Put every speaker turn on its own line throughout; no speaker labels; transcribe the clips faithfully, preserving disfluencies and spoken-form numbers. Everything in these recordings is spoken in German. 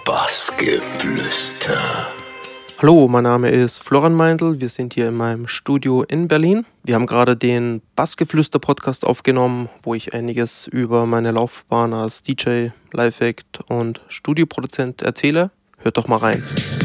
Bassgeflüster.
Hallo, mein Name ist Florian Meindl. Wir sind hier in meinem Studio in Berlin. Wir haben gerade den Bassgeflüster-Podcast aufgenommen, wo ich einiges über meine Laufbahn als D J, Live-Act und Studioproduzent erzähle. Hört doch mal rein.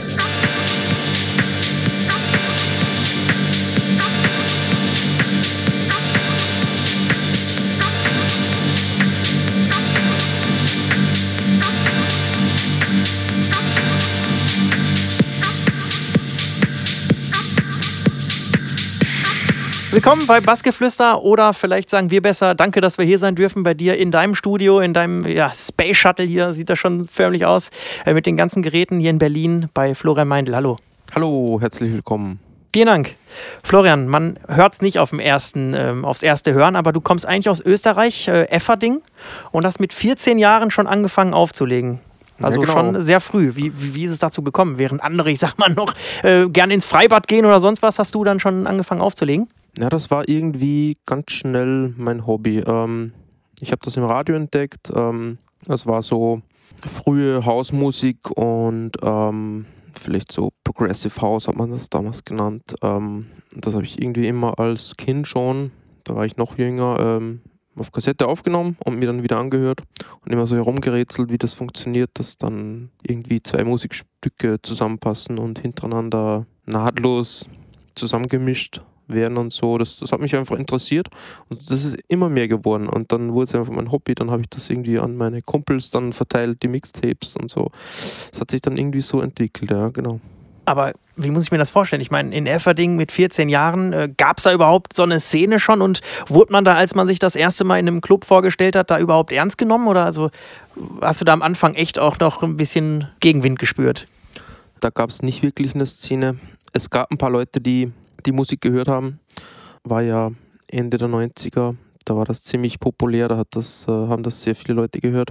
Willkommen bei Bassgeflüster, oder vielleicht sagen wir besser, danke, dass wir hier sein dürfen bei dir in deinem Studio, in deinem ja, Space Shuttle hier, sieht das schon förmlich aus, äh, mit den ganzen Geräten hier in Berlin bei Florian Meindl. Hallo.
Hallo, herzlich willkommen.
Vielen Dank. Florian, man hört es nicht auf dem ersten, ähm, aufs erste Hören, aber du kommst eigentlich aus Österreich, äh, Efferding, und hast mit vierzehn Jahren schon angefangen aufzulegen. Also ja, genau. Schon sehr früh. Wie, wie, wie ist es dazu gekommen? Während andere, ich sag mal noch, äh, gerne ins Freibad gehen oder sonst was, hast du dann schon angefangen aufzulegen?
Ja, das war irgendwie ganz schnell mein Hobby. Ähm, ich habe das im Radio entdeckt. Ähm, das war so frühe Hausmusik und ähm, vielleicht so Progressive House hat man das damals genannt. Ähm, das habe ich irgendwie immer als Kind schon, da war ich noch jünger, ähm, auf Kassette aufgenommen und mir dann wieder angehört und immer so herumgerätselt, wie das funktioniert, dass dann irgendwie zwei Musikstücke zusammenpassen und hintereinander nahtlos zusammengemischt werden und so. Das, das hat mich einfach interessiert und das ist immer mehr geworden und dann wurde es einfach mein Hobby, dann habe ich das irgendwie an meine Kumpels dann verteilt, die Mixtapes und so. Das hat sich dann irgendwie so entwickelt, ja, genau.
Aber wie muss ich mir das vorstellen? Ich meine, in Efferding mit vierzehn Jahren, äh, gab es da überhaupt so eine Szene schon und wurde man da, als man sich das erste Mal in einem Club vorgestellt hat, da überhaupt ernst genommen oder also hast du da am Anfang echt auch noch ein bisschen Gegenwind gespürt?
Da gab es nicht wirklich eine Szene. Es gab ein paar Leute, die die Musik gehört haben. War ja Ende der neunziger, da war das ziemlich populär, da hat das, äh, haben das sehr viele Leute gehört.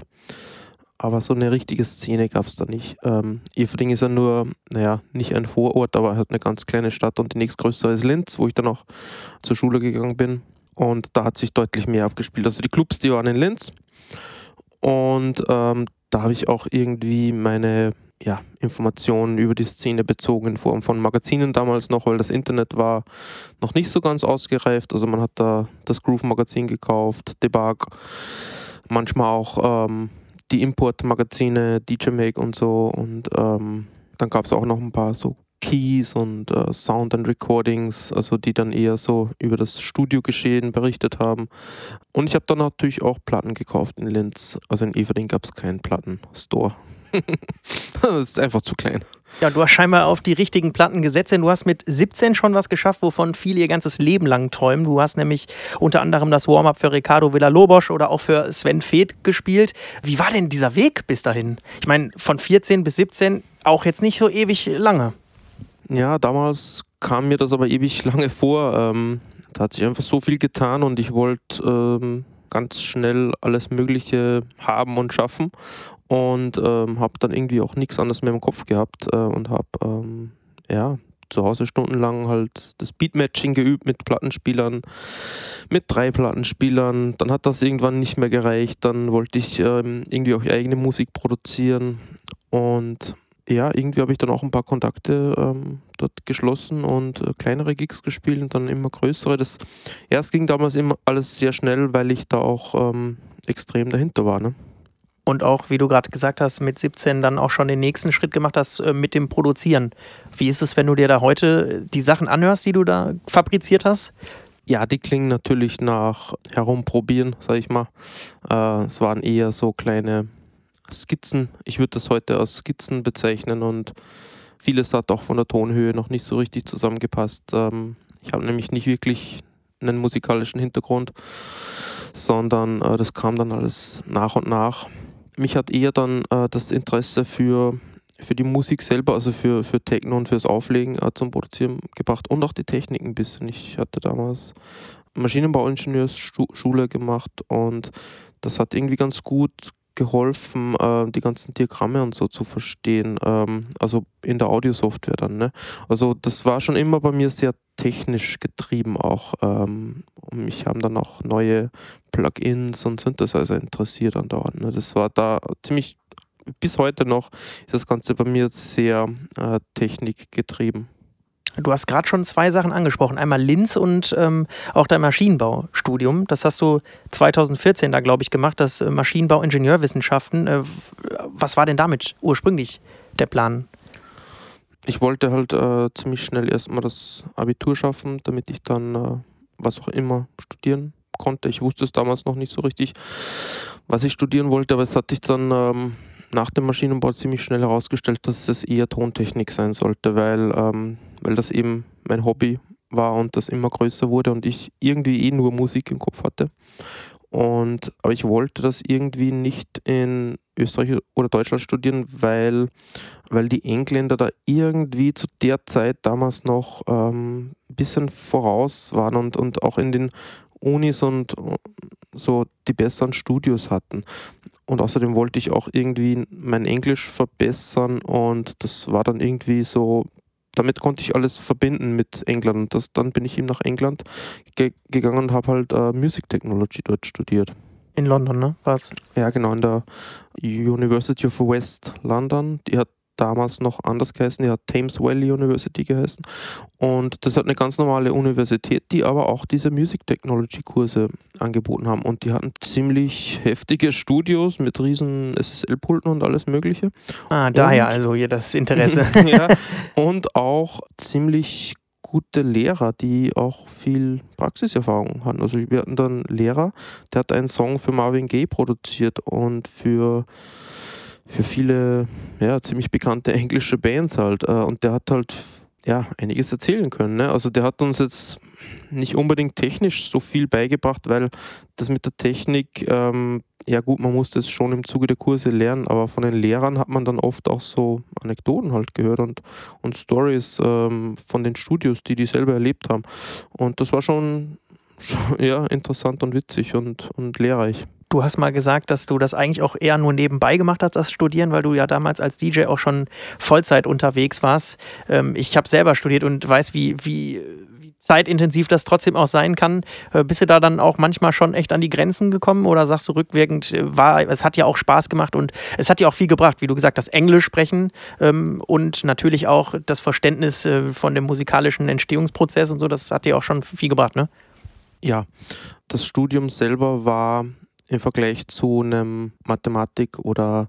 Aber so eine richtige Szene gab es da nicht. Ähm, Efferding ist ja nur, naja, nicht ein Vorort, aber halt eine ganz kleine Stadt und die nächstgrößere ist Linz, wo ich dann auch zur Schule gegangen bin. Und da hat sich deutlich mehr abgespielt. Also die Clubs, die waren in Linz. Und ähm, da habe ich auch irgendwie meine ja, Informationen über die Szene bezogen in Form von Magazinen damals noch, weil das Internet war noch nicht so ganz ausgereift. Also man hat da das Groove-Magazin gekauft, Debug, manchmal auch ähm, die Import-Magazine, D J Make und so. Und ähm, dann gab es auch noch ein paar so Keys und äh, Sound and Recordings, also die dann eher so über das Studiogeschehen berichtet haben. Und ich habe dann natürlich auch Platten gekauft in Linz. Also in Efferding gab es keinen Plattenstore. Das ist einfach zu klein.
Ja, du hast scheinbar auf die richtigen Platten gesetzt, denn du hast mit siebzehn schon was geschafft, wovon viele ihr ganzes Leben lang träumen. Du hast nämlich unter anderem das Warm-Up für Ricardo Villa-Lobos oder auch für Sven Väth gespielt. Wie war denn dieser Weg bis dahin? Ich meine, von vierzehn bis siebzehn auch jetzt nicht so ewig lange.
Ja, damals kam mir das aber ewig lange vor. Ähm, da hat sich einfach so viel getan und ich wollte ähm, ganz schnell alles Mögliche haben und schaffen. Und ähm, habe dann irgendwie auch nichts anderes mehr im Kopf gehabt äh, und habe ähm, ja, zu Hause stundenlang halt das Beatmatching geübt mit Plattenspielern, mit drei Plattenspielern. Dann hat das irgendwann nicht mehr gereicht. Dann wollte ich ähm, irgendwie auch eigene Musik produzieren. Und ja, irgendwie habe ich dann auch ein paar Kontakte ähm, dort geschlossen und äh, kleinere Gigs gespielt und dann immer größere. Das, ja, es ging damals immer alles sehr schnell, weil ich da auch ähm, extrem dahinter war, ne?
Und auch, wie du gerade gesagt hast, mit siebzehn dann auch schon den nächsten Schritt gemacht hast äh, mit dem Produzieren. Wie ist es, wenn du dir da heute die Sachen anhörst, die du da fabriziert hast?
Ja, die klingen natürlich nach Herumprobieren, sag ich mal. Äh, es waren eher so kleine Skizzen. Ich würde das heute als Skizzen bezeichnen und vieles hat auch von der Tonhöhe noch nicht so richtig zusammengepasst. Ähm, ich habe nämlich nicht wirklich einen musikalischen Hintergrund, sondern äh, das kam dann alles nach und nach. Mich hat eher dann äh, das Interesse für, für die Musik selber, also für, für Techno und fürs Auflegen äh, zum Produzieren gebracht und auch die Technik ein bisschen. Ich hatte damals Maschinenbauingenieursschule gemacht und das hat irgendwie ganz gut geholfen, äh, die ganzen Diagramme und so zu verstehen, ähm, also in der Audiosoftware dann, ne? Also das war schon immer bei mir sehr technisch getrieben auch. Ähm, und mich haben dann auch neue Plugins und Synthesizer interessiert andauernd, ne? Das war da ziemlich bis heute noch ist das Ganze bei mir sehr äh, technikgetrieben.
Du hast gerade schon zwei Sachen angesprochen. Einmal Linz und ähm, auch dein Maschinenbaustudium. Das hast du zweitausendvierzehn da, glaube ich, gemacht, das äh, Maschinenbau-Ingenieurwissenschaften. Äh, was war denn damit ursprünglich der Plan?
Ich wollte halt äh, ziemlich schnell erstmal das Abitur schaffen, damit ich dann äh, was auch immer studieren konnte. Ich wusste es damals noch nicht so richtig, was ich studieren wollte, aber es hat sich dann ähm, nach dem Maschinenbau ziemlich schnell herausgestellt, dass es eher Tontechnik sein sollte, weil, ähm, weil das eben mein Hobby war und das immer größer wurde und ich irgendwie eh nur Musik im Kopf hatte. Und, aber ich wollte das irgendwie nicht in Österreich oder Deutschland studieren, weil, weil die Engländer da irgendwie zu der Zeit damals noch ähm, ein bisschen voraus waren und, und auch in den Unis und so die besseren Studios hatten. Und außerdem wollte ich auch irgendwie mein Englisch verbessern und das war dann irgendwie so, damit konnte ich alles verbinden mit England. Und das, dann bin ich eben nach England ge- gegangen und habe halt äh, Music Technology dort studiert.
In London, ne? Was?
Ja, genau, in der University of West London. Die hat damals noch anders geheißen, die hat Thames Valley University geheißen. Und das hat eine ganz normale Universität, die aber auch diese Music Technology Kurse angeboten haben. Und die hatten ziemlich heftige Studios mit riesen S S L-Pulten und alles Mögliche.
Ah, daher und, also hier das Interesse.
Ja, und auch ziemlich gute Lehrer, die auch viel Praxiserfahrung hatten. Also wir hatten dann einen Lehrer, der hat einen Song für Marvin Gaye produziert und für für viele, ja, ziemlich bekannte englische Bands halt. Und der hat halt, ja, einiges erzählen können. Ne? Also der hat uns jetzt nicht unbedingt technisch so viel beigebracht, weil das mit der Technik, ähm, ja gut, man musste es schon im Zuge der Kurse lernen, aber von den Lehrern hat man dann oft auch so Anekdoten halt gehört und, und Stories ähm, von den Studios, die die selber erlebt haben. Und das war schon, schon ja, interessant und witzig und, und lehrreich.
Du hast mal gesagt, dass du das eigentlich auch eher nur nebenbei gemacht hast, das Studieren, weil du ja damals als D J auch schon Vollzeit unterwegs warst. Ähm, ich habe selber studiert und weiß, wie, wie, wie zeitintensiv das trotzdem auch sein kann. Äh, bist du da dann auch manchmal schon echt an die Grenzen gekommen oder sagst du rückwirkend, war, es hat ja auch Spaß gemacht und es hat dir auch viel gebracht, wie du gesagt hast, Englisch sprechen ähm, und natürlich auch das Verständnis äh, von dem musikalischen Entstehungsprozess und so, das hat dir auch schon viel gebracht, ne?
Ja, das Studium selber war im Vergleich zu einem Mathematik- oder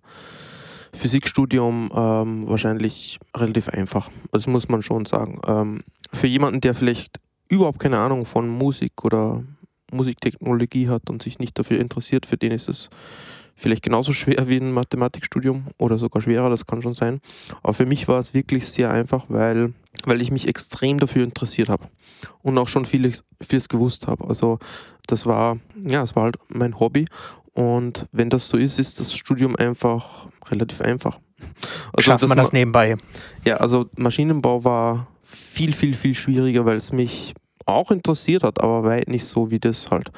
Physikstudium ähm, wahrscheinlich relativ einfach. Das muss man schon sagen. Ähm, für jemanden, der vielleicht überhaupt keine Ahnung von Musik oder Musiktechnologie hat und sich nicht dafür interessiert, für den ist es vielleicht genauso schwer wie ein Mathematikstudium oder sogar schwerer, das kann schon sein. Aber für mich war es wirklich sehr einfach, weil, weil ich mich extrem dafür interessiert habe und auch schon vieles, vieles gewusst habe. Also das war, ja, es war halt mein Hobby und wenn das so ist, ist das Studium einfach relativ einfach.
Also, Schafft man das ma- nebenbei?
Ja, also Maschinenbau war viel, viel, viel schwieriger, weil es mich auch interessiert hat, aber weit nicht so wie das halt.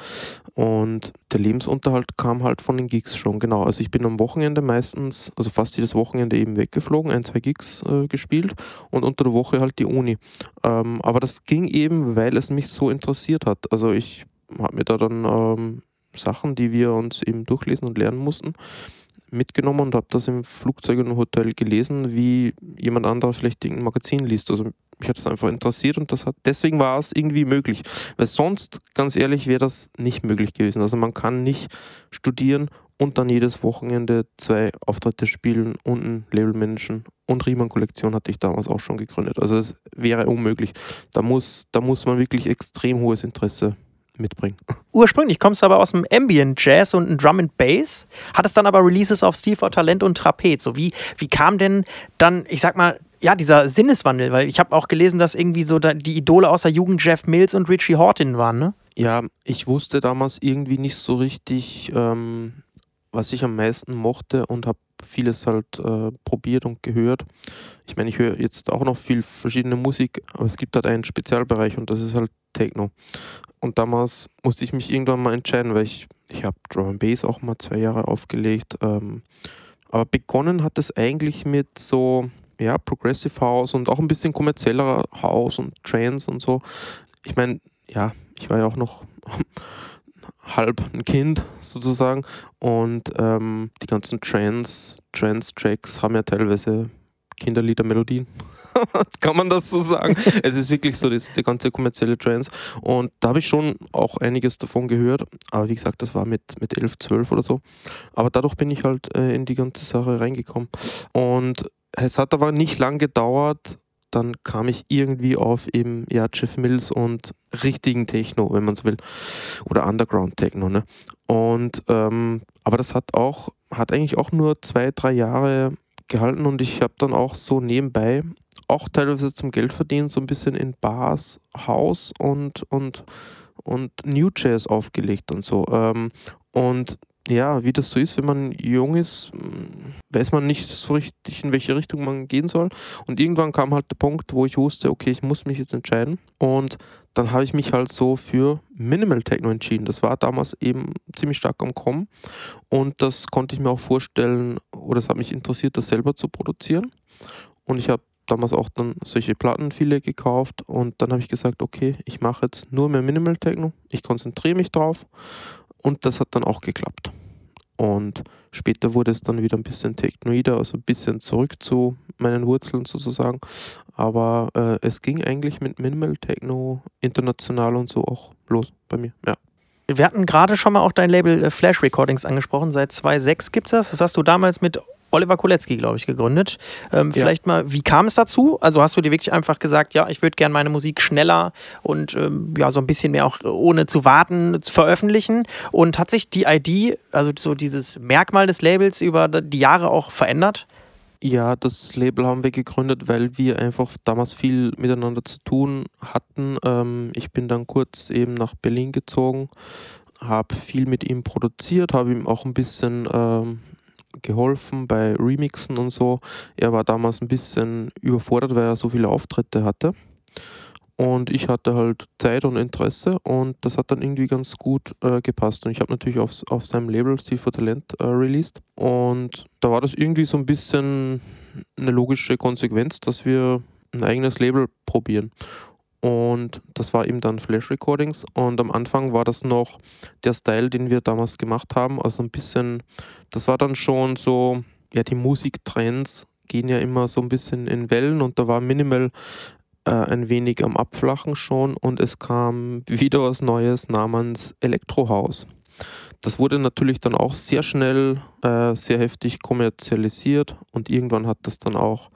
Und der Lebensunterhalt kam halt von den Gigs schon, genau. Also ich bin am Wochenende meistens, also fast jedes Wochenende eben weggeflogen, ein, zwei Gigs äh, gespielt und unter der Woche halt die Uni. Ähm, aber das ging eben, weil es mich so interessiert hat. Also ich habe mir da dann ähm, Sachen, die wir uns eben durchlesen und lernen mussten, mitgenommen und habe das im Flugzeug und im Hotel gelesen, wie jemand anderer vielleicht irgendein Magazin liest. Also mich hat das einfach interessiert und das hat, deswegen war es irgendwie möglich. Weil sonst, ganz ehrlich, wäre das nicht möglich gewesen. Also man kann nicht studieren und dann jedes Wochenende zwei Auftritte spielen und ein Label managen. Und Riemann-Kollektion hatte ich damals auch schon gegründet. Also es wäre unmöglich. Da muss, da muss man wirklich extrem hohes Interesse mitbringen.
Ursprünglich kommst du aber aus dem Ambient Jazz und Drum and Bass, hattest dann aber Releases auf Steve for Talent und Trapez. So wie, wie kam denn dann, ich sag mal, ja, dieser Sinneswandel? Weil ich habe auch gelesen, dass irgendwie so die Idole aus der Jugend Jeff Mills und Richie Hawtin waren, ne?
Ja, ich wusste damals irgendwie nicht so richtig, ähm, was ich am meisten mochte und habe vieles halt äh, probiert und gehört. Ich meine, ich höre jetzt auch noch viel verschiedene Musik, aber es gibt halt einen Spezialbereich und das ist halt Techno. Und damals musste ich mich irgendwann mal entscheiden, weil ich, ich habe Drum and Bass auch mal zwei Jahre aufgelegt. Ähm, aber begonnen hat es eigentlich mit so, ja, Progressive House und auch ein bisschen kommerzieller House und Trance und so. Ich meine, ja, ich war ja auch noch halb ein Kind sozusagen und ähm, die ganzen Trance, Trance-Tracks haben ja teilweise Kinderliedermelodien. Kann man das so sagen? Es ist wirklich so, das, der ganze kommerzielle Trance. Und da habe ich schon auch einiges davon gehört. Aber wie gesagt, das war mit, mit elf, zwölf oder so. Aber dadurch bin ich halt äh, in die ganze Sache reingekommen. Und es hat aber nicht lang gedauert. Dann kam ich irgendwie auf eben ja, Jeff Mills und richtigen Techno, wenn man es will. Oder Underground-Techno. Ne? Und ähm, aber das hat auch, hat eigentlich auch nur zwei, drei Jahre gehalten und ich habe dann auch so nebenbei auch teilweise zum Geld verdienen, so ein bisschen in Bars, House und, und, und New Jazz aufgelegt und so. Ähm, und ja, wie das so ist, wenn man jung ist, weiß man nicht so richtig, in welche Richtung man gehen soll. Und irgendwann kam halt der Punkt, wo ich wusste, okay, ich muss mich jetzt entscheiden. Und dann habe ich mich halt so für Minimal Techno entschieden. Das war damals eben ziemlich stark am Kommen. Und das konnte ich mir auch vorstellen, oder es hat mich interessiert, das selber zu produzieren. Und ich habe damals auch dann solche Platten viele gekauft. Und dann habe ich gesagt, okay, ich mache jetzt nur mehr Minimal Techno. Ich konzentriere mich drauf. Und das hat dann auch geklappt. Und später wurde es dann wieder ein bisschen technoider, also ein bisschen zurück zu meinen Wurzeln sozusagen. Aber äh, es ging eigentlich mit Minimal Techno international und so auch los bei mir, ja.
Wir hatten gerade schon mal auch dein Label äh, Flash Recordings angesprochen. Seit zweitausendsechs gibt es das. Das hast du damals mit Oliver Kolecki, glaube ich, gegründet. Ähm, ja. Vielleicht mal, wie kam es dazu? Also hast du dir wirklich einfach gesagt, ja, ich würde gerne meine Musik schneller und ähm, ja, so ein bisschen mehr auch ohne zu warten veröffentlichen? Und hat sich die I D, also so dieses Merkmal des Labels über die Jahre auch verändert?
Ja, das Label haben wir gegründet, weil wir einfach damals viel miteinander zu tun hatten. Ähm, ich bin dann kurz eben nach Berlin gezogen, habe viel mit ihm produziert, habe ihm auch ein bisschen ähm, geholfen bei Remixen und so. Er war damals ein bisschen überfordert, weil er so viele Auftritte hatte. Und ich hatte halt Zeit und Interesse und das hat dann irgendwie ganz gut äh, gepasst. Und ich habe natürlich aufs, auf seinem Label Steel for Talent äh, released. Und da war das irgendwie so ein bisschen eine logische Konsequenz, dass wir ein eigenes Label probieren. Und das war eben dann Flash Recordings. Und am Anfang war das noch der Style, den wir damals gemacht haben. Also ein bisschen, das war dann schon so, ja, die Musiktrends gehen ja immer so ein bisschen in Wellen und da war Minimal äh, ein wenig am Abflachen schon und es kam wieder was Neues namens Elektrohaus. Das wurde natürlich dann auch sehr schnell, äh, sehr heftig kommerzialisiert und irgendwann hat das dann auch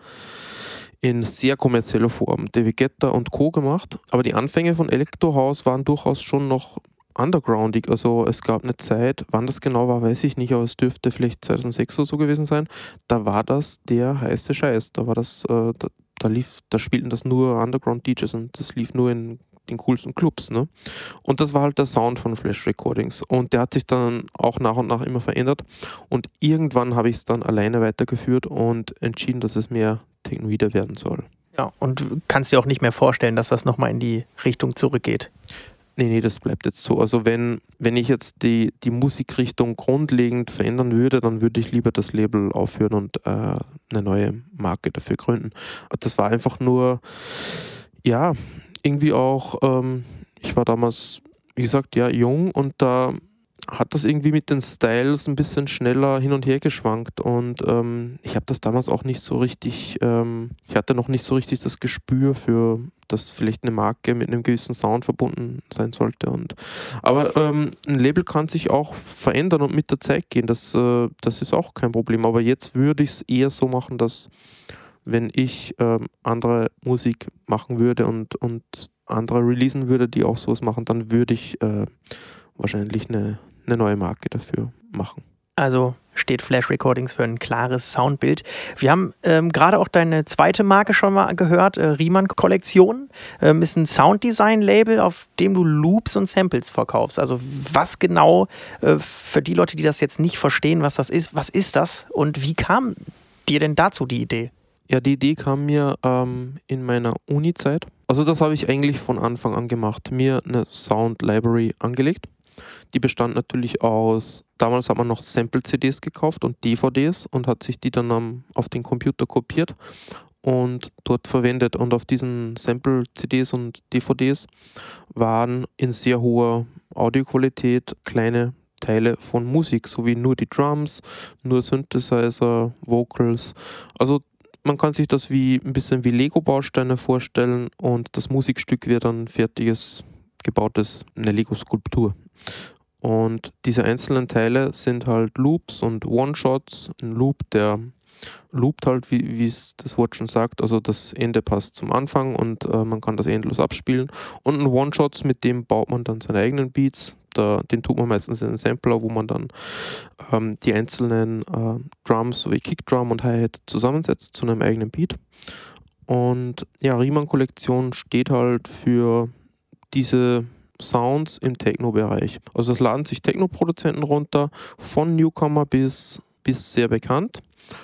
in sehr kommerzieller Form David Guetta und Co. gemacht. Aber die Anfänge von Elektrohaus waren durchaus schon noch undergroundig. Also es gab eine Zeit, wann das genau war, weiß ich nicht, aber es dürfte vielleicht zweitausendsechs oder so gewesen sein. Da war das der heiße Scheiß. Da war das, äh, da, da lief, da spielten das nur Underground-D Js und das lief nur in den coolsten Clubs. Ne? Und das war halt der Sound von Flash Recordings. Und der hat sich dann auch nach und nach immer verändert. Und irgendwann habe ich es dann alleine weitergeführt und entschieden, dass es mehr Technoide werden soll.
Ja, und du kannst dir auch nicht mehr vorstellen, dass das nochmal in die Richtung zurückgeht.
Nee, nee, das bleibt jetzt so. Also wenn, wenn ich jetzt die, die Musikrichtung grundlegend verändern würde, dann würde ich lieber das Label aufhören und äh, eine neue Marke dafür gründen. Das war einfach nur, ja, irgendwie auch, ähm, ich war damals, wie gesagt, ja, jung und da hat das irgendwie mit den Styles ein bisschen schneller hin und her geschwankt und ähm, ich habe das damals auch nicht so richtig, ähm, ich hatte noch nicht so richtig das Gespür für, dass vielleicht eine Marke mit einem gewissen Sound verbunden sein sollte. Und, aber ähm, ein Label kann sich auch verändern und mit der Zeit gehen, das, äh, das ist auch kein Problem. Aber jetzt würde ich es eher so machen, dass wenn ich ähm, andere Musik machen würde und, und andere releasen würde, die auch sowas machen, dann würde ich äh, wahrscheinlich eine eine neue Marke dafür machen.
Also steht Flash Recordings für ein klares Soundbild. Wir haben ähm, gerade auch deine zweite Marke schon mal gehört, äh, Riemann Kollektion. Ähm, ist ein Sounddesign-Label, auf dem du Loops und Samples verkaufst. Also was genau, äh, für die Leute, die das jetzt nicht verstehen, was das ist, was ist das und wie kam dir denn dazu die Idee?
Ja, die Idee kam mir ähm, in meiner Uni-Zeit. Also das habe ich eigentlich von Anfang an gemacht. Mir eine Sound-Library angelegt. Die bestand natürlich aus, damals hat man noch Sample-C Ds gekauft und D V Ds und hat sich die dann um, auf den Computer kopiert und dort verwendet. Und auf diesen Sample-C Ds und D V Ds waren in sehr hoher Audioqualität kleine Teile von Musik, sowie nur die Drums, nur Synthesizer, Vocals. Also man kann sich das wie ein bisschen wie Lego-Bausteine vorstellen und das Musikstück wird dann fertiges, gebautes, eine Lego-Skulptur. Und diese einzelnen Teile sind halt Loops und One-Shots. Ein Loop, der loopt halt, wie es das Wort schon sagt, also das Ende passt zum Anfang und äh, man kann das endlos abspielen. Und ein One-Shots, mit dem baut man dann seine eigenen Beats. Da, den tut man meistens in einen Sampler, wo man dann ähm, die einzelnen äh, Drums sowie Kickdrum und Hi-Hat zusammensetzt zu einem eigenen Beat. Und ja, Riemann-Kollektion steht halt für diese Sounds im Techno-Bereich. Also es laden sich Techno-Produzenten runter, von Newcomer bis, bis sehr bekannt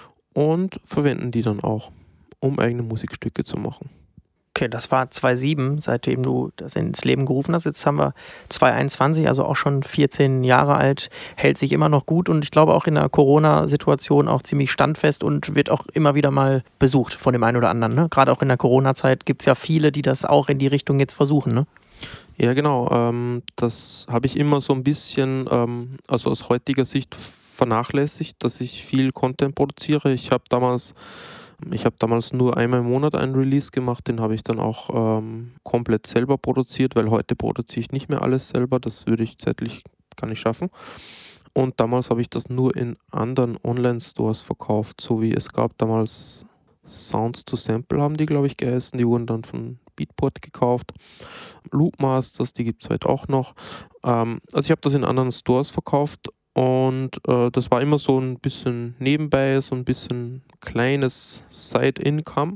und verwenden die dann auch, um eigene Musikstücke zu machen.
Okay, das war zweitausendsieben, seitdem du das ins Leben gerufen hast. Jetzt haben wir zweitausendeinundzwanzig, also auch schon vierzehn Jahre alt, hält sich immer noch gut und ich glaube auch in der Corona-Situation auch ziemlich standfest und wird auch immer wieder mal besucht von dem einen oder anderen. Ne? Gerade auch in der Corona-Zeit gibt es ja viele, die das auch in die Richtung jetzt versuchen. Ne?
Ja, genau. Ähm, das habe ich immer so ein bisschen, ähm, also aus heutiger Sicht vernachlässigt, dass ich viel Content produziere. Ich habe damals Ich habe damals nur einmal im Monat einen Release gemacht, den habe ich dann auch ähm, komplett selber produziert, weil heute produziere ich nicht mehr alles selber, das würde ich zeitlich gar nicht schaffen. Und damals habe ich das nur in anderen Online-Stores verkauft, so wie es gab damals Sounds to Sample, haben die, glaube ich, geheißen, die wurden dann von Beatport gekauft. Loopmasters, die gibt es heute auch noch. Ähm, also ich habe das in anderen Stores verkauft. Und äh, das war immer so ein bisschen nebenbei, so ein bisschen kleines Side-Income.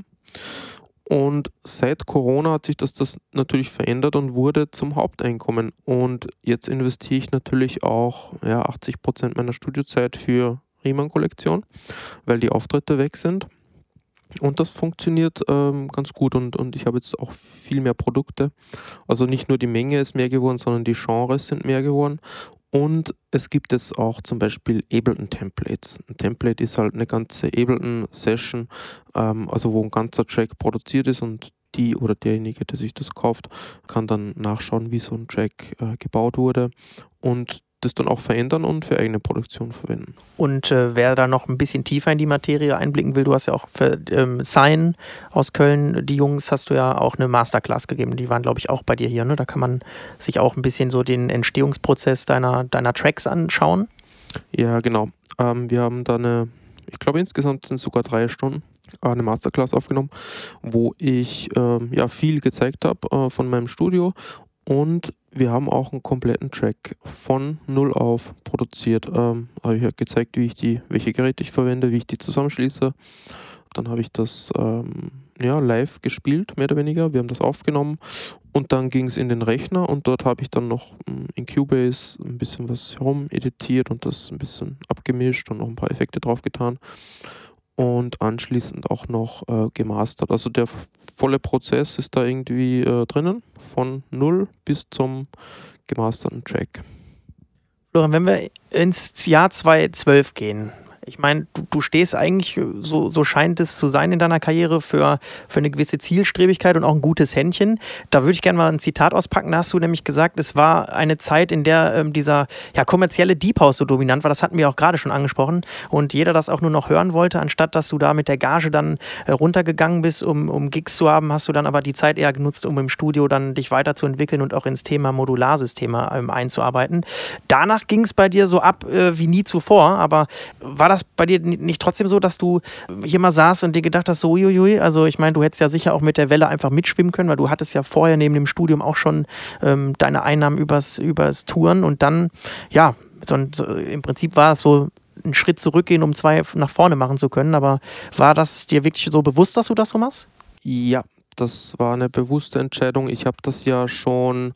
Und seit Corona hat sich das, das natürlich verändert und wurde zum Haupteinkommen. Und jetzt investiere ich natürlich auch ja, achtzig Prozent meiner Studiozeit für Riemann-Kollektion, weil die Auftritte weg sind. Und das funktioniert ähm, ganz gut und, und ich habe jetzt auch viel mehr Produkte. Also nicht nur die Menge ist mehr geworden, sondern die Genres sind mehr geworden. Und es gibt jetzt auch zum Beispiel Ableton-Templates. Ein Template ist halt eine ganze Ableton-Session, ähm, also wo ein ganzer Track produziert ist und die oder derjenige, der sich das kauft, kann dann nachschauen, wie so ein Track äh, gebaut wurde und das dann auch verändern und für eigene Produktion verwenden.
Und äh, wer da noch ein bisschen tiefer in die Materie einblicken will, du hast ja auch für ähm, Sign aus Köln, die Jungs, hast du ja auch eine Masterclass gegeben. Die waren, glaube ich, auch bei dir hier. Ne? Da kann man sich auch ein bisschen so den Entstehungsprozess deiner, deiner Tracks anschauen.
Ja, genau. Ähm, wir haben da eine, ich glaube insgesamt sind es sogar drei Stunden, eine Masterclass aufgenommen, wo ich ähm, ja, viel gezeigt habe äh, von meinem Studio. Und wir haben auch einen kompletten Track von null auf produziert. Ähm, habe ich ja gezeigt, wie ich die, welche Geräte ich verwende, wie ich die zusammenschließe. Dann habe ich das ähm, ja, live gespielt, mehr oder weniger. Wir haben das aufgenommen und dann ging es in den Rechner und dort habe ich dann noch in Cubase ein bisschen was herum editiert und das ein bisschen abgemischt und noch ein paar Effekte drauf getan. Und anschließend auch noch äh, gemastert. Also der f- volle Prozess ist da irgendwie äh, drinnen, von null bis zum gemasterten Track.
Florian, wenn wir ins Jahr zweitausendzwölf gehen, ich meine, du, du stehst eigentlich, so, so scheint es zu sein in deiner Karriere, für, für eine gewisse Zielstrebigkeit und auch ein gutes Händchen. Da würde ich gerne mal ein Zitat auspacken. Da hast du nämlich gesagt, es war eine Zeit, in der ähm, dieser ja, kommerzielle Deep House so dominant war. Das hatten wir auch gerade schon angesprochen. Und jeder das auch nur noch hören wollte. Anstatt dass du da mit der Gage dann äh, runtergegangen bist, um, um Gigs zu haben, hast du dann aber die Zeit eher genutzt, um im Studio dann dich weiterzuentwickeln und auch ins Thema Modularsysteme ähm, einzuarbeiten. Danach ging es bei dir so ab äh, wie nie zuvor. Aber war das bei dir nicht trotzdem so, dass du hier mal saßt und dir gedacht hast, so uiuiui, also ich meine, du hättest ja sicher auch mit der Welle einfach mitschwimmen können, weil du hattest ja vorher neben dem Studium auch schon ähm, deine Einnahmen übers, übers Touren und dann, ja, so, so, im Prinzip war es so einen Schritt zurückgehen, um zwei nach vorne machen zu können, aber war das dir wirklich so bewusst, dass du das so machst?
Ja, das war eine bewusste Entscheidung. Ich habe das ja schon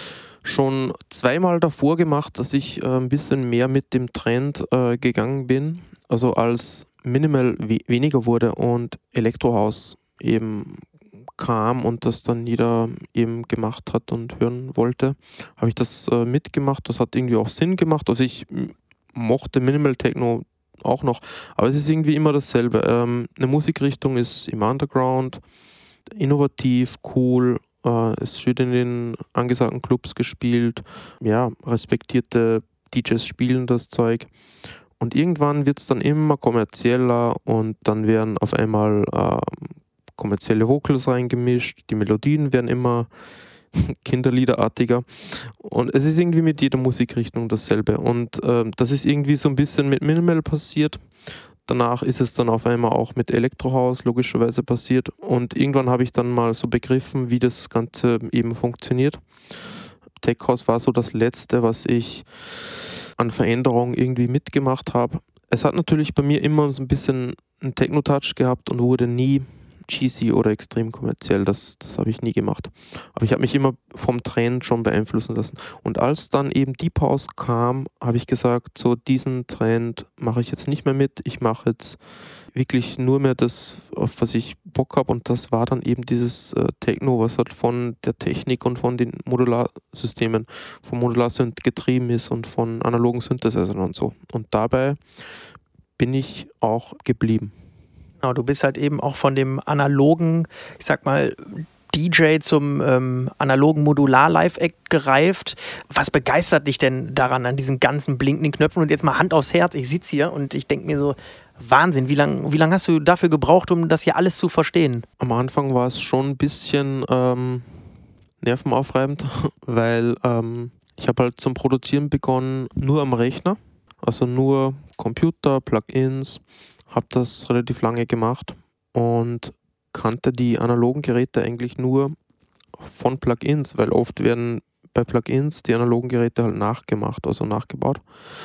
schon zweimal davor gemacht, dass ich äh, ein bisschen mehr mit dem Trend äh, gegangen bin. Also als Minimal we- weniger wurde und Elektrohaus eben kam und das dann jeder eben gemacht hat und hören wollte, habe ich das äh, mitgemacht. Das hat irgendwie auch Sinn gemacht. Also ich m- mochte Minimal Techno auch noch. Aber es ist irgendwie immer dasselbe. Ähm, eine Musikrichtung ist im Underground, innovativ, cool, äh, es wird in den angesagten Clubs gespielt, ja, respektierte D Js spielen das Zeug. Und irgendwann wird es dann immer kommerzieller und dann werden auf einmal äh, kommerzielle Vocals reingemischt, die Melodien werden immer kinderliederartiger und es ist irgendwie mit jeder Musikrichtung dasselbe und äh, das ist irgendwie so ein bisschen mit Minimal passiert. Danach ist es dann auf einmal auch mit Elektrohaus logischerweise passiert und irgendwann habe ich dann mal so begriffen, wie das Ganze eben funktioniert. Tech House war so das Letzte, was ich an Veränderungen irgendwie mitgemacht habe. Es hat natürlich bei mir immer so ein bisschen einen Techno-Touch gehabt und wurde nie cheesy oder extrem kommerziell. Das, das habe ich nie gemacht. Aber ich habe mich immer vom Trend schon beeinflussen lassen. Und als dann eben Deep House kam, habe ich gesagt, so diesen Trend mache ich jetzt nicht mehr mit. Ich mache jetzt wirklich nur mehr das, auf was ich Bock habe. Und das war dann eben dieses äh, Techno, was halt von der Technik und von den Modularsystemen, vom Modularsynth getrieben ist und von analogen Synthesizern und so. Und dabei bin ich auch geblieben.
Genau, du bist halt eben auch von dem analogen, ich sag mal, D J zum ähm, analogen Modular-Live-Act gereift. Was begeistert dich denn daran, an diesen ganzen blinkenden Knöpfen? Und jetzt mal Hand aufs Herz, ich sitze hier und ich denke mir so, Wahnsinn, wie lange wie lang hast du dafür gebraucht, um das hier alles zu verstehen?
Am Anfang war es schon ein bisschen ähm, nervenaufreibend, weil ähm, ich habe halt zum Produzieren begonnen, nur am Rechner, also nur Computer, Plugins, habe das relativ lange gemacht und kannte die analogen Geräte eigentlich nur von Plugins, weil oft werden bei Plugins die analogen Geräte halt nachgemacht, also nachgebaut.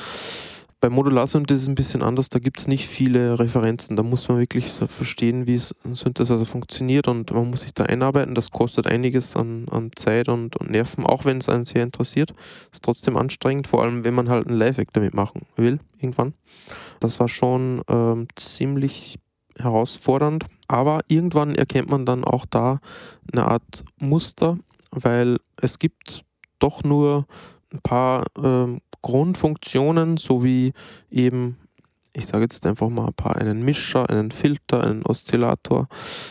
Bei Modularsynth ist es ein bisschen anders, da gibt es nicht viele Referenzen, da muss man wirklich verstehen, wie ein Synthesizer funktioniert und man muss sich da einarbeiten, das kostet einiges an, an Zeit und, und Nerven, auch wenn es einen sehr interessiert, ist trotzdem anstrengend, vor allem wenn man halt einen Live-Act damit machen will, irgendwann. Das war schon ähm, ziemlich herausfordernd, aber irgendwann erkennt man dann auch da eine Art Muster, weil es gibt doch nur ein paar ähm, Grundfunktionen, sowie eben, ich sage jetzt einfach mal ein paar, einen Mischer, einen Filter, einen Oszillator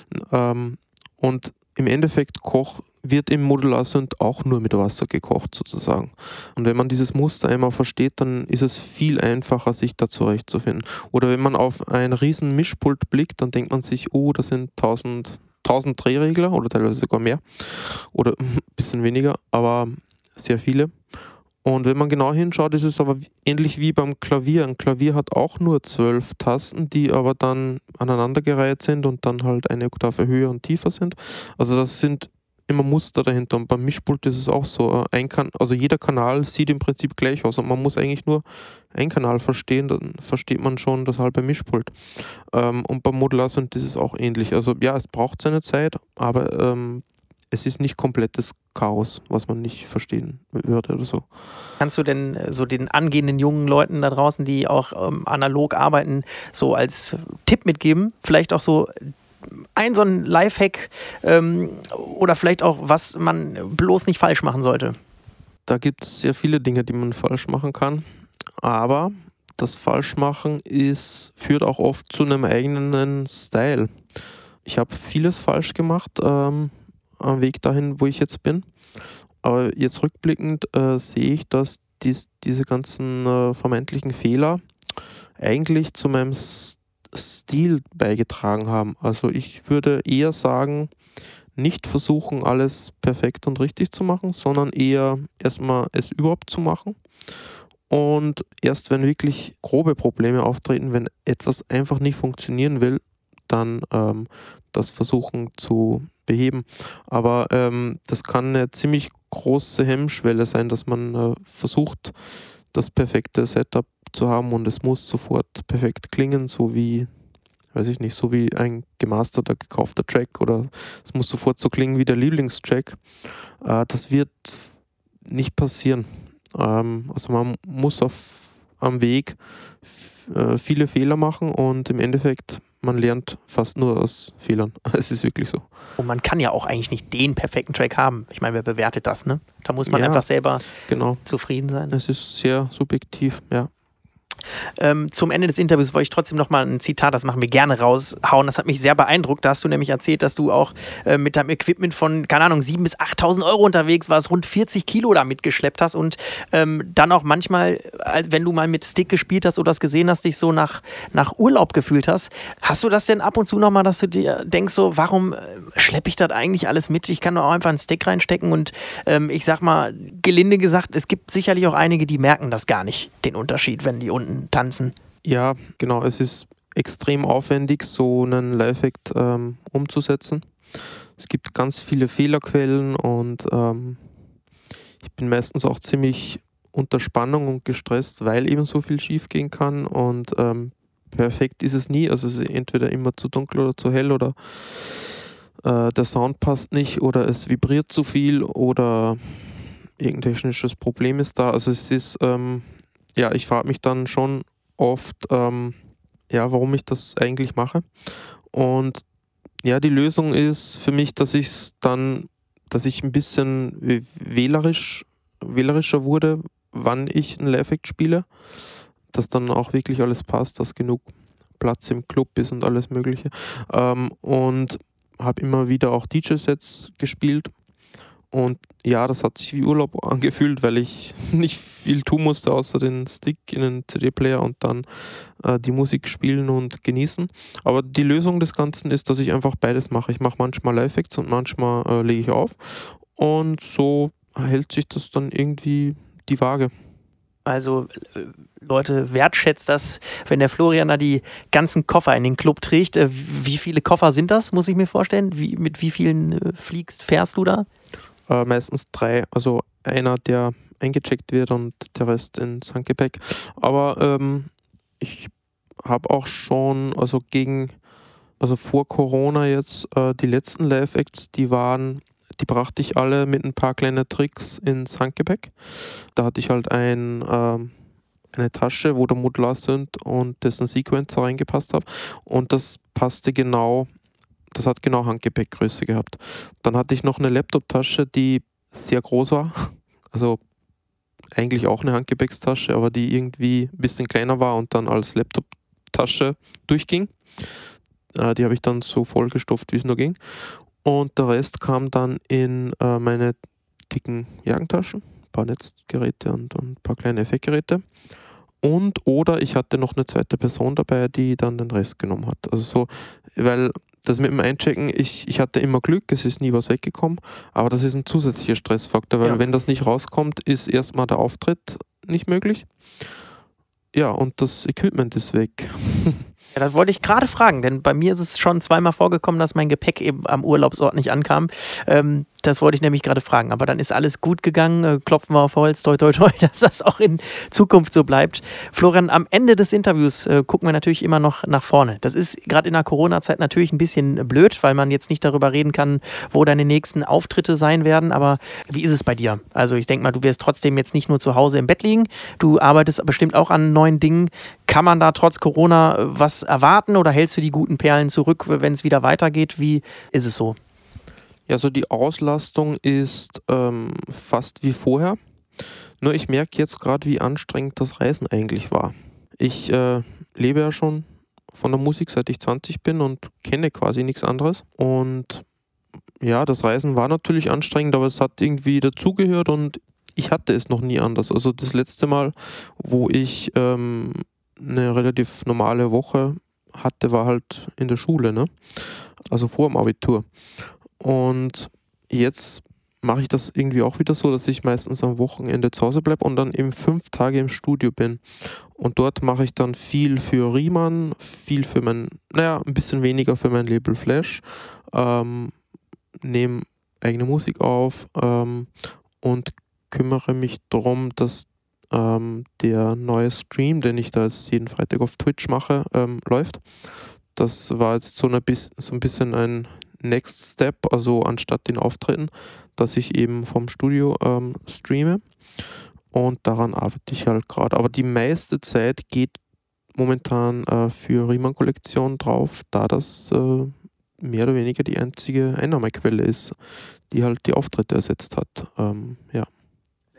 ähm, und im Endeffekt koch, wird im Modularsynth auch nur mit Wasser gekocht sozusagen. Und wenn man dieses Muster einmal versteht, dann ist es viel einfacher, sich da zurechtzufinden. Oder wenn man auf ein riesen Mischpult blickt, dann denkt man sich, oh, das sind tausend, tausend Drehregler oder teilweise sogar mehr oder ein bisschen weniger, aber sehr viele. Und wenn man genau hinschaut, ist es aber ähnlich wie beim Klavier. Ein Klavier hat auch nur zwölf Tasten, die aber dann aneinandergereiht sind und dann halt eine Oktave höher und tiefer sind. Also das sind immer Muster dahinter. Und beim Mischpult ist es auch so. Ein kan- also jeder Kanal sieht im Prinzip gleich aus und man muss eigentlich nur einen Kanal verstehen, dann versteht man schon das halbe Mischpult. Ähm, und beim Modularsynth ist es auch ähnlich. Also ja, es braucht seine Zeit, aber ähm, es ist nicht komplettes Chaos, was man nicht verstehen würde oder so.
Kannst du denn so den angehenden jungen Leuten da draußen, die auch ähm, analog arbeiten, so als Tipp mitgeben? Vielleicht auch so ein so ein Lifehack ähm, oder vielleicht auch, was man bloß nicht falsch machen sollte?
Da gibt es sehr viele Dinge, die man falsch machen kann, aber das Falschmachen ist, führt auch oft zu einem eigenen Style. Ich habe vieles falsch gemacht, ähm, am Weg dahin, wo ich jetzt bin. Aber jetzt rückblickend äh, sehe ich, dass dies, diese ganzen äh, vermeintlichen Fehler eigentlich zu meinem S- Stil beigetragen haben. Also ich würde eher sagen, nicht versuchen, alles perfekt und richtig zu machen, sondern eher erstmal es überhaupt zu machen. Und erst wenn wirklich grobe Probleme auftreten, wenn etwas einfach nicht funktionieren will, dann ähm, das versuchen zu beheben. Aber ähm, das kann eine ziemlich große Hemmschwelle sein, dass man äh, versucht, das perfekte Setup zu haben und es muss sofort perfekt klingen, so wie, weiß ich nicht, so wie ein gemasterter, gekaufter Track oder es muss sofort so klingen wie der Lieblingstrack. Äh, das wird nicht passieren. Ähm, also man muss auf, am Weg f- äh, viele Fehler machen und im Endeffekt man lernt fast nur aus Fehlern. Es ist wirklich so.
Und man kann ja auch eigentlich nicht den perfekten Track haben. Ich meine, wer bewertet das, ne? Da muss man
Ja,
einfach selber
genau.
zufrieden sein.
Es ist sehr subjektiv, ja.
Ähm, zum Ende des Interviews wollte ich trotzdem noch mal ein Zitat, das machen wir gerne raushauen. Das hat mich sehr beeindruckt. Da hast du nämlich erzählt, dass du auch äh, mit deinem Equipment von, keine Ahnung, siebentausend bis achttausend Euro unterwegs warst, rund vierzig Kilo da mitgeschleppt hast und ähm, dann auch manchmal, wenn du mal mit Stick gespielt hast oder das gesehen hast, dich so nach, nach Urlaub gefühlt hast. Hast du das denn ab und zu noch mal, dass du dir denkst, so, warum schleppe ich das eigentlich alles mit? Ich kann doch auch einfach einen Stick reinstecken und ähm, ich sag mal, gelinde gesagt, es gibt sicherlich auch einige, die merken das gar nicht, den Unterschied, wenn die unten tanzen.
Ja, genau. Es ist extrem aufwendig, so einen Live-Act ähm, umzusetzen. Es gibt ganz viele Fehlerquellen und ähm, ich bin meistens auch ziemlich unter Spannung und gestresst, weil eben so viel schief gehen kann und ähm, perfekt ist es nie. Also es ist entweder immer zu dunkel oder zu hell oder äh, der Sound passt nicht oder es vibriert zu viel oder irgendein technisches Problem ist da. Also es ist ähm, ja, ich frage mich dann schon oft, ähm, ja, warum ich das eigentlich mache. Und ja, die Lösung ist für mich, dass ich es dann, dass ich ein bisschen wählerisch, wählerischer wurde, wann ich ein Live-Act spiele, dass dann auch wirklich alles passt, dass genug Platz im Club ist und alles Mögliche. Ähm, und habe immer wieder auch D J-Sets gespielt. Und ja, das hat sich wie Urlaub angefühlt, weil ich nicht viel tun musste, außer den Stick in den C D-Player und dann äh, die Musik spielen und genießen. Aber die Lösung des Ganzen ist, dass ich einfach beides mache. Ich mache manchmal Live-Acts und manchmal äh, lege ich auf. Und so hält sich das dann irgendwie die Waage.
Also äh, Leute, wertschätzt das, wenn der Florian da die ganzen Koffer in den Club trägt. Äh, wie viele Koffer sind das, muss ich mir vorstellen? Wie, mit wie vielen äh, fliegst, fährst du da?
Äh, meistens drei, also einer, der eingecheckt wird und der Rest ins Handgepäck. Aber ähm, ich habe auch schon, also gegen, also vor Corona jetzt, äh, die letzten Live-Acts, die waren, die brachte ich alle mit ein paar kleinen Tricks ins Handgepäck. Da hatte ich halt ein, ähm, eine Tasche, wo der Modular-Synth und dessen Sequencer reingepasst hat. Und das passte genau. Das hat genau Handgepäckgröße gehabt. Dann hatte ich noch eine Laptop-Tasche, die sehr groß war. Also eigentlich auch eine Handgepäckstasche, aber die irgendwie ein bisschen kleiner war und dann als Laptop-Tasche durchging. Äh, die habe ich dann so vollgestopft, wie es nur ging. Und der Rest kam dann in äh, meine dicken Jagentaschen. Ein paar Netzgeräte und, und ein paar kleine Effektgeräte. Und oder ich hatte noch eine zweite Person dabei, die dann den Rest genommen hat. Also so, weil das mit dem Einchecken, ich, ich hatte immer Glück, es ist nie was weggekommen, aber das ist ein zusätzlicher Stressfaktor, weil ja. Wenn das nicht rauskommt, ist erstmal der Auftritt nicht möglich. Ja, und das Equipment ist weg.
Ja, das wollte ich gerade fragen, denn bei mir ist es schon zweimal vorgekommen, dass mein Gepäck eben am Urlaubsort nicht ankam. Ähm, das wollte ich nämlich gerade fragen. Aber dann ist alles gut gegangen. Äh, klopfen wir auf Holz, toi, toi, toi, dass das auch in Zukunft so bleibt. Florian, am Ende des Interviews äh, gucken wir natürlich immer noch nach vorne. Das ist gerade in der Corona-Zeit natürlich ein bisschen blöd, weil man jetzt nicht darüber reden kann, wo deine nächsten Auftritte sein werden. Aber wie ist es bei dir? Also ich denke mal, du wirst trotzdem jetzt nicht nur zu Hause im Bett liegen. Du arbeitest bestimmt auch an neuen Dingen. Kann man da trotz Corona was erwarten oder hältst du die guten Perlen zurück, wenn es wieder weitergeht? Wie ist es so?
Ja, so die Auslastung ist ähm, fast wie vorher. Nur ich merke jetzt gerade, wie anstrengend das Reisen eigentlich war. Ich äh, lebe ja schon von der Musik, seit ich zwanzig bin und kenne quasi nichts anderes. Und ja, das Reisen war natürlich anstrengend, aber es hat irgendwie dazugehört und ich hatte es noch nie anders. Also das letzte Mal, wo ich ähm, eine relativ normale Woche hatte, war halt in der Schule, ne? Also vor dem Abitur. Und jetzt mache ich das irgendwie auch wieder so, dass ich meistens am Wochenende zu Hause bleibe und dann eben fünf Tage im Studio bin. Und dort mache ich dann viel für Riemann, viel für mein, naja, ein bisschen weniger für mein Label Flash, ähm, nehme eigene Musik auf ähm, und kümmere mich darum, dass ähm, der neue Stream, den ich da jetzt jeden Freitag auf Twitch mache, ähm, läuft. Das war jetzt so, eine bis, so ein bisschen ein Next Step, also anstatt den Auftritten, dass ich eben vom Studio ähm, streame und daran arbeite ich halt gerade. Aber die meiste Zeit geht momentan äh, für Riemann-Kollektion drauf, da das äh, mehr oder weniger die einzige Einnahmequelle ist, die halt die Auftritte ersetzt hat. Ähm, ja.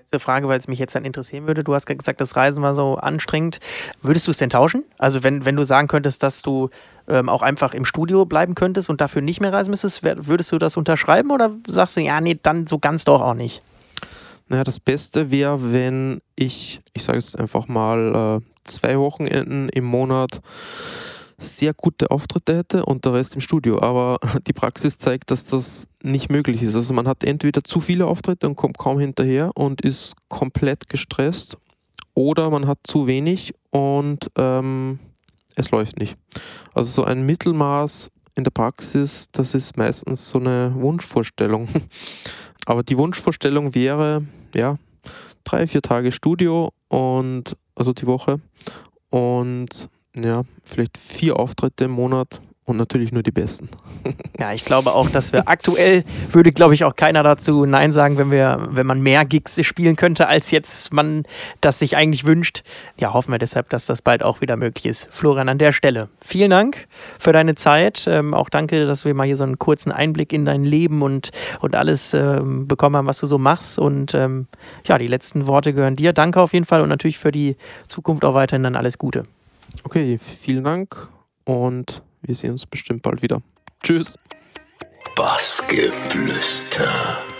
Letzte Frage, weil es mich jetzt dann interessieren würde. Du hast gerade gesagt, das Reisen war so anstrengend. Würdest du es denn tauschen? Also wenn, wenn du sagen könntest, dass du ähm, auch einfach im Studio bleiben könntest und dafür nicht mehr reisen müsstest, würdest du das unterschreiben oder sagst du, ja, nee, dann so ganz doch auch nicht?
Naja, das Beste wäre, wenn ich, ich sage jetzt einfach mal, äh, zwei Wochenenden im Monat sehr gute Auftritte hätte und der Rest im Studio. Aber die Praxis zeigt, dass das nicht möglich ist. Also man hat entweder zu viele Auftritte und kommt kaum hinterher und ist komplett gestresst, oder man hat zu wenig und ähm, es läuft nicht. Also so ein Mittelmaß in der Praxis, das ist meistens so eine Wunschvorstellung. Aber die Wunschvorstellung wäre, ja, drei, vier Tage Studio und also die Woche und ja, vielleicht vier Auftritte im Monat und natürlich nur die besten.
Ja, ich glaube auch, dass wir aktuell, würde glaube ich auch keiner dazu Nein sagen, wenn wir, wenn man mehr Gigs spielen könnte, als jetzt man das sich eigentlich wünscht. Ja, hoffen wir deshalb, dass das bald auch wieder möglich ist. Florian, an der Stelle vielen Dank für deine Zeit. Ähm, auch danke, dass wir mal hier so einen kurzen Einblick in dein Leben und, und alles ähm, bekommen haben, was du so machst. Und ähm, ja, die letzten Worte gehören dir. Danke auf jeden Fall und natürlich für die Zukunft auch weiterhin dann alles Gute.
Okay, vielen Dank und wir sehen uns bestimmt bald wieder. Tschüss.
Bassgeflüster.